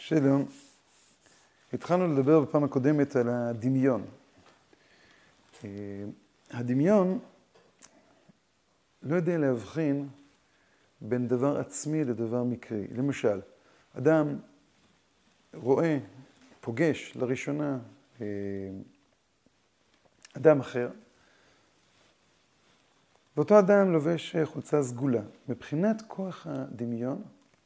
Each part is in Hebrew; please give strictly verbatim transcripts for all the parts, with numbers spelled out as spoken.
שלום, התחלנו לדבר בפעם הקודמת על הדמיון. הדמיון לא יודע להבחין בין דבר עצמי לדבר מקרי. למשל, אדם רואה, פוגש לראשונה אדם אחר, ואותו אדם לובש חולצה סגולה. מבחינת כוח הדמיון,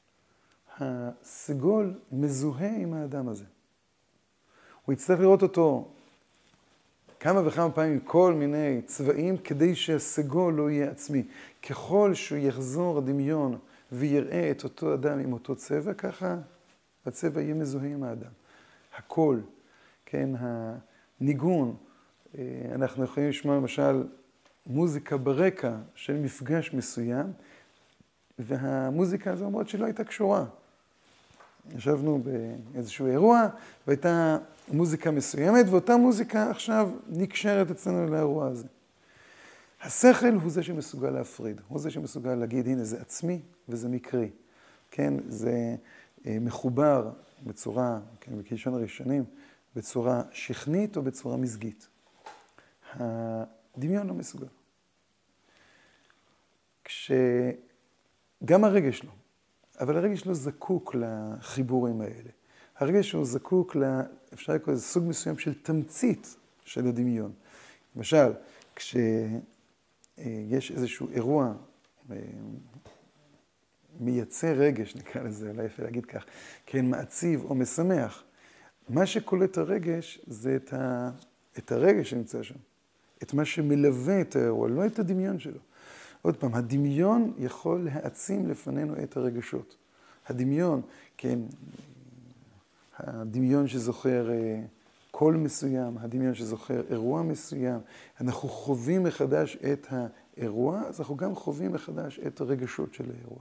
הסגול מזוהה עם האדם הזה. הוא יצטרך לראות אותו כמה וכמה פעמים עם כל מיני צבעים כדי שהסגול לא יהיה עצמי. ככל שהוא יחזור הדמיון ויראה את אותו אדם עם אותו צבע, ככה הצבע יהיה מזוהה עם האדם. הקול, כן, הניגון, אנחנו יכולים לשמוע למשל מוזיקה ברקע של מפגש מסוים, והמוזיקה הזו אומרת שלא הייתה קשורה. ישבנו באיזשהו אירוע, והייתה מוזיקה מסוימת, ואותה מוזיקה עכשיו נקשרת אצלנו לאירוע הזה. השכל הוא זה שמסוגל להפריד, הוא זה שמסוגל להגיד, הנה זה עצמי וזה מקרי. כן, זה מחובר בצורה, כן, בקלשון הראשונים, בצורה שכנית או בצורה מזגית. הדמיון לא מסוגל. כשגם הרגש לא. אבל הרגש לא זקוק לחיבורים האלה. הרגש הוא זקוק, לה, אפשר לקרוא איזה סוג מסוים של תמצית של הדמיון. למשל, כשיש איזשהו אירוע מייצר רגש, נקרא לזה, אולי יפה להגיד כך, כן, מעציב או משמח, מה שקולט הרגש זה את, ה, את הרגש שנמצא שם, את מה שמלווה את האירוע, לא את הדמיון שלו. עוד פעם, הדמיון יכול להעצים לפנינו את הרגשות. הדמיון, כן, הדמיון שזוכר קול מסוים, הדמיון שזוכר אירוע מסוים, אנחנו חווים מחדש את האירוע, אז אנחנו גם חווים מחדש את הרגשות של האירוע.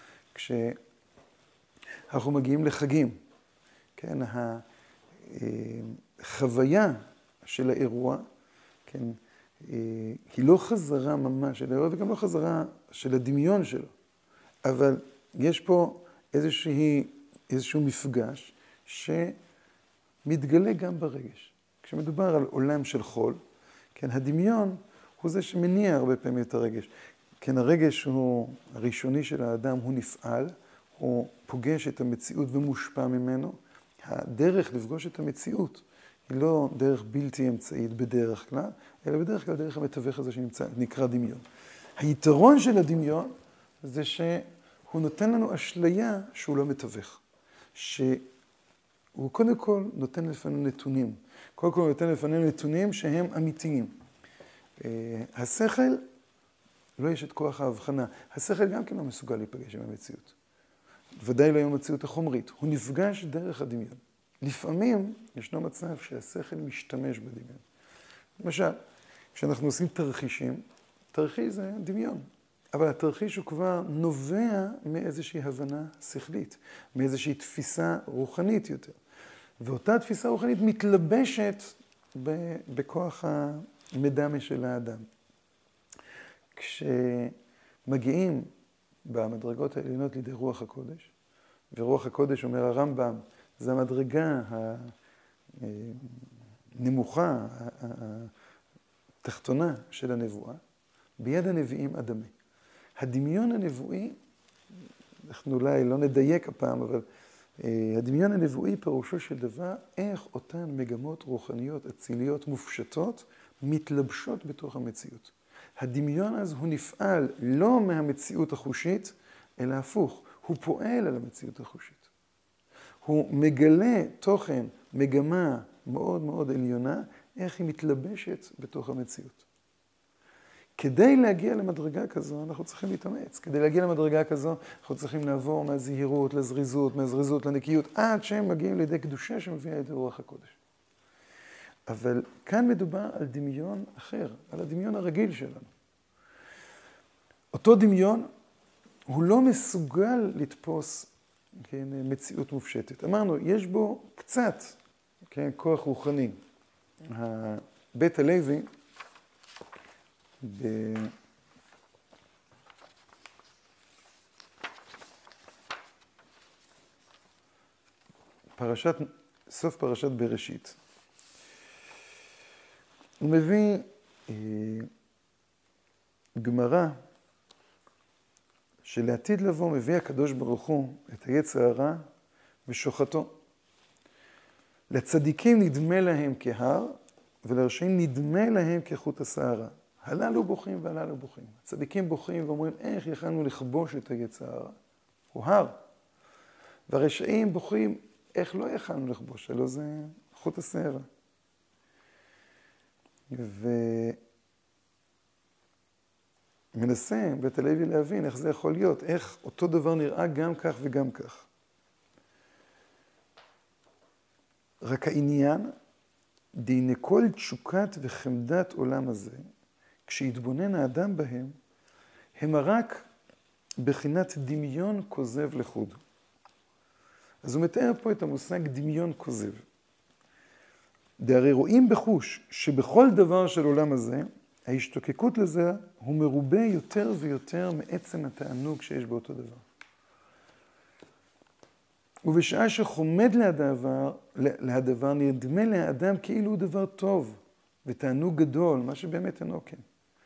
כשאנחנו מגיעים לחגים, כן, החוויה של האירוע, כן, היא לא חזרה ממש של האירוע, וגם לא חזרה של הדמיון שלו. אבל יש פה איזשהו, איזשהו מפגש שמתגלה גם ברגש. כשמדובר על עולם של חול, כן, הדמיון הוא זה שמניע הרבה פעמים את הרגש. כן, הרגש הוא הראשוני של האדם, הוא נפעל, הוא פוגש את המציאות ומושפע ממנו. הדרך לפגוש את המציאות היא לא דרך בלתי אמצעית בדרך כלל, אלא בדרך כלל דרך המתווך הזה שנקרא דמיון. היתרון של הדמיון זה שהוא נותן לנו אשליה שהוא לא מתווך. שהוא קודם כל נותן לפנינו נתונים. קודם כל נותן לפנינו נתונים שהם אמיתיים. השכל, לא יש את כוח ההבחנה. השכל גם כן לא מסוגל להיפגש עם המציאות. ודאי לא עם המציאות החומרית. הוא נפגש דרך הדמיון. לפעמים ישנו מצב שהשכל משתמש בדמיון. למשל, כשאנחנו עושים תרחישים, תרחיש זה דמיון. אבל התרחיש הוא כבר נובע מאיזושהי הבנה שכלית, מאיזושהי תפיסה רוחנית יותר. ואותה תפיסה רוחנית מתלבשת בכוח המדמה של האדם. כשמגיעים במדרגות העליונות לידי רוח הקודש, ורוח הקודש, אומר הרמב"ם, זה המדרגה הנמוכה, התחתונה של הנבואה, ביד הנביאים אדמה. הדמיון הנבואי, אנחנו אולי לא נדייק הפעם, אבל הדמיון הנבואי פירושו של דבר, איך אותן מגמות רוחניות, אציליות, מופשטות, מתלבשות בתוך המציאות. הדמיון אז הוא נפעל לא מהמציאות החושית, אלא הפוך, הוא פועל על המציאות החושית. הוא מגלה תוכן, מגמה מאוד מאוד עליונה, איך היא מתלבשת בתוך המציאות. כדי להגיע למדרגה כזו, אנחנו צריכים להתאמץ. כדי להגיע למדרגה כזו, אנחנו צריכים לעבור מהזהירות לזריזות, מהזריזות לנקיות, עד שהם מגיעים לידי קדושה שמביאה את רוח הקודש. אבל כאן מדובר על דמיון אחר, על הדמיון הרגיל שלנו. אותו דמיון, הוא לא מסוגל לתפוס, כן, מציאות מופשטת. אמרנו, יש בו קצת, כן, כוח רוחני. בית הלוי, ב... פרשת, סוף פרשת בראשית. הוא מביא אה, גמרא שלעתיד לבוא מביא הקדוש ברוך הוא את היצר הרע ושוחטו. לצדיקים נדמה להם כהר, ולרשעים נדמה להם כחוט השערה. הללו בוכים והללו בוכים. הצדיקים בוכים ואומרים, איך יכלנו לכבוש את היצר הרע? הוא הר. והרשעים בוכים, איך לא יכלנו לכבוש? הלא זה חוט השערה. ומנסה בית הלוי להבין איך זה יכול להיות, איך אותו דבר נראה גם כך וגם כך. רק העניין, דהנה כל תשוקת וחמדת עולם הזה, כשהתבונן האדם בהם, הם רק בחינת דמיון כוזב לחוד. אז הוא מתאר פה את המושג דמיון כוזב. דהרי רואים בחוש שבכל דבר של עולם הזה, ההשתוקקות לזה הוא מרובה יותר ויותר מעצם התענוג שיש באותו דבר. ובשעה שחומד להדבר, להדבר נדמה לאדם כאילו הוא דבר טוב ותענוג גדול, מה שבאמת אינו כן.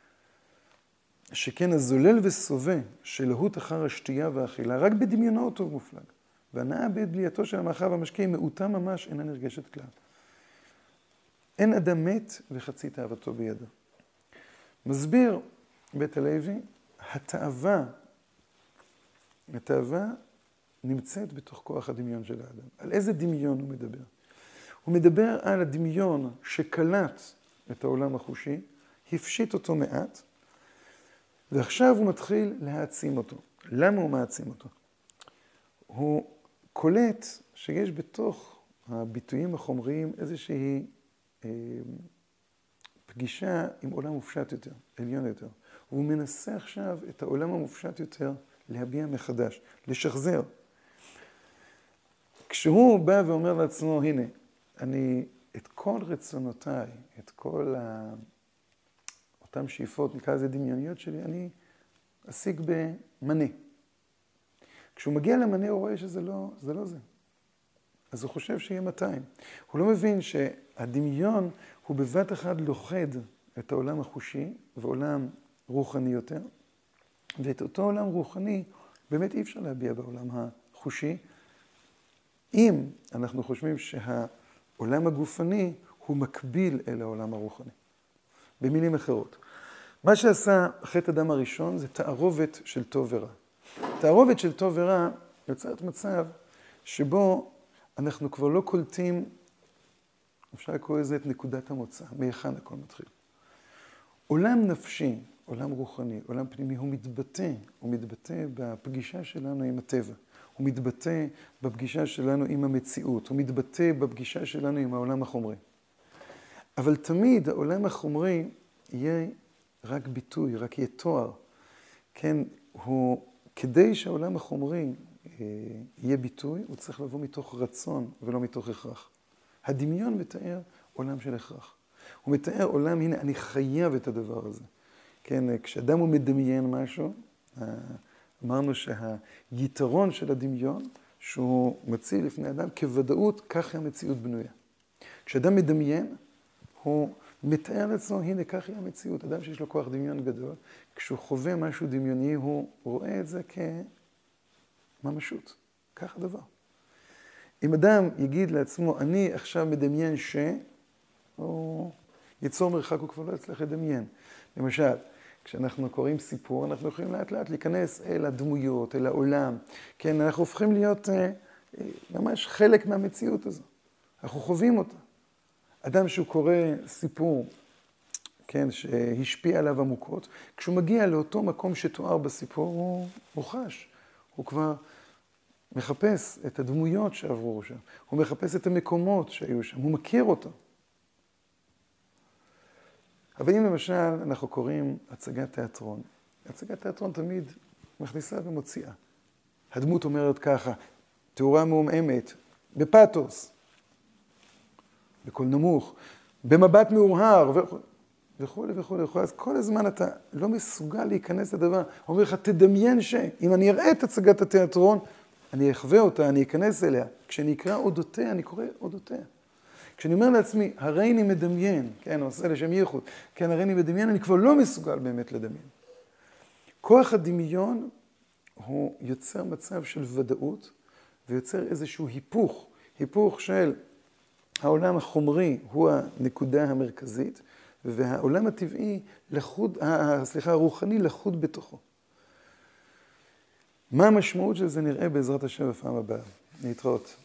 שכן הזולל וסובה של להות אחר השתייה והאכילה, רק בדמיונו טוב מופלג. והנאה בבלייתו של המאכל והמשקה היא מעוטה ממש, אינה נרגשת כלל. אין אדם מת וחצי תאוותו בידו. מסביר בית הלוי, התאווה, התאווה נמצאת בתוך כוח הדמיון של האדם. על איזה דמיון הוא מדבר? הוא מדבר על הדמיון שקלט את העולם החושי, הפשיט אותו מעט, ועכשיו הוא מתחיל להעצים אותו. למה הוא מעצים אותו? הוא קולט שיש בתוך הביטויים החומריים איזושהי אה, פגישה עם עולם מופשט יותר, עליון יותר. והוא מנסה עכשיו את העולם המופשט יותר להביע מחדש, לשחזר. כשהוא בא ואומר לעצמו, הנה, אני את כל רצונותיי, את כל ה... אותם שאיפות, נקרא לזה דמיוניות שלי, אני אשיג במנה. כשהוא מגיע למנה הוא רואה שזה לא זה. לא זה. אז הוא חושב שיהיה מאתיים. הוא לא מבין שהדמיון הוא בבת אחד לוכד את העולם החושי ועולם רוחני יותר, ואת אותו עולם רוחני באמת אי אפשר להביע בעולם החושי, אם אנחנו חושבים שהעולם הגופני הוא מקביל אל העולם הרוחני. במילים אחרות. מה שעשה חטא אדם הראשון זה תערובת של טוב ורע. תערובת של טוב ורע יוצרת מצב שבו אנחנו כבר לא קולטים, אפשר לקרוא לזה את נקודת המוצא, מהיכן הכל מתחיל. עולם נפשי, עולם רוחני, עולם פנימי, הוא מתבטא, הוא מתבטא בפגישה שלנו עם הטבע. הוא מתבטא בפגישה שלנו עם המציאות, הוא מתבטא בפגישה שלנו עם העולם החומרי. אבל תמיד העולם החומרי יהיה רק ביטוי, רק יהיה תואר. כן, הוא, כדי שהעולם החומרי אה, יהיה ביטוי, הוא צריך לבוא מתוך רצון ולא מתוך הכרח. הדמיון מתאר עולם של הכרח. הוא מתאר עולם, הנה, אני חייב את הדבר הזה. כן, כשאדם הוא מדמיין משהו, אמרנו שהיתרון של הדמיון, שהוא מציל לפני אדם כוודאות, כך המציאות בנויה. כשאדם מדמיין, הוא מתאר לעצמו, הנה, כך היא המציאות. אדם שיש לו כוח דמיון גדול, כשהוא חווה משהו דמיוני, הוא רואה את זה כממשות. כך הדבר. אם אדם יגיד לעצמו, אני עכשיו מדמיין ש... או יצור מרחק, הוא כבר לא יצליח לדמיין. למשל, כשאנחנו קוראים סיפור, אנחנו יכולים לאט לאט להיכנס אל הדמויות, אל העולם. כן, אנחנו הופכים להיות אה, ממש חלק מהמציאות הזו. אנחנו חווים אותה. אדם שהוא קורא סיפור, כן, שהשפיע עליו עמוקות, כשהוא מגיע לאותו מקום שתואר בסיפור, הוא, הוא חש. הוא כבר מחפש את הדמויות שעברו שם. הוא מחפש את המקומות שהיו שם. הוא מכיר אותם. אבל אם למשל אנחנו קוראים הצגת תיאטרון, הצגת תיאטרון תמיד מכניסה ומוציאה. הדמות אומרת ככה, תאורה מעומעמת, בפאטוס, בקול נמוך, במבט מאוהר וכו' וכו' וכו'. אז כל הזמן אתה לא מסוגל להיכנס לדבר. אומר לך, תדמיין ש... אם אני אראה את הצגת התיאטרון, אני אחווה אותה, אני אכנס אליה. כשאני אקרא אודותיה, אני קורא אודותיה. כשאני אומר לעצמי, הרי אני מדמיין, כן, עושה לשם ייחוד, כן, הרי אני מדמיין, אני כבר לא מסוגל באמת לדמיין. כוח הדמיון הוא יוצר מצב של ודאות, ויוצר איזשהו היפוך, היפוך של העולם החומרי הוא הנקודה המרכזית, והעולם הטבעי לחוד, סליחה, הרוחני לחוד בתוכו. מה המשמעות של זה נראה בעזרת השם בפעם הבאה. להתראות.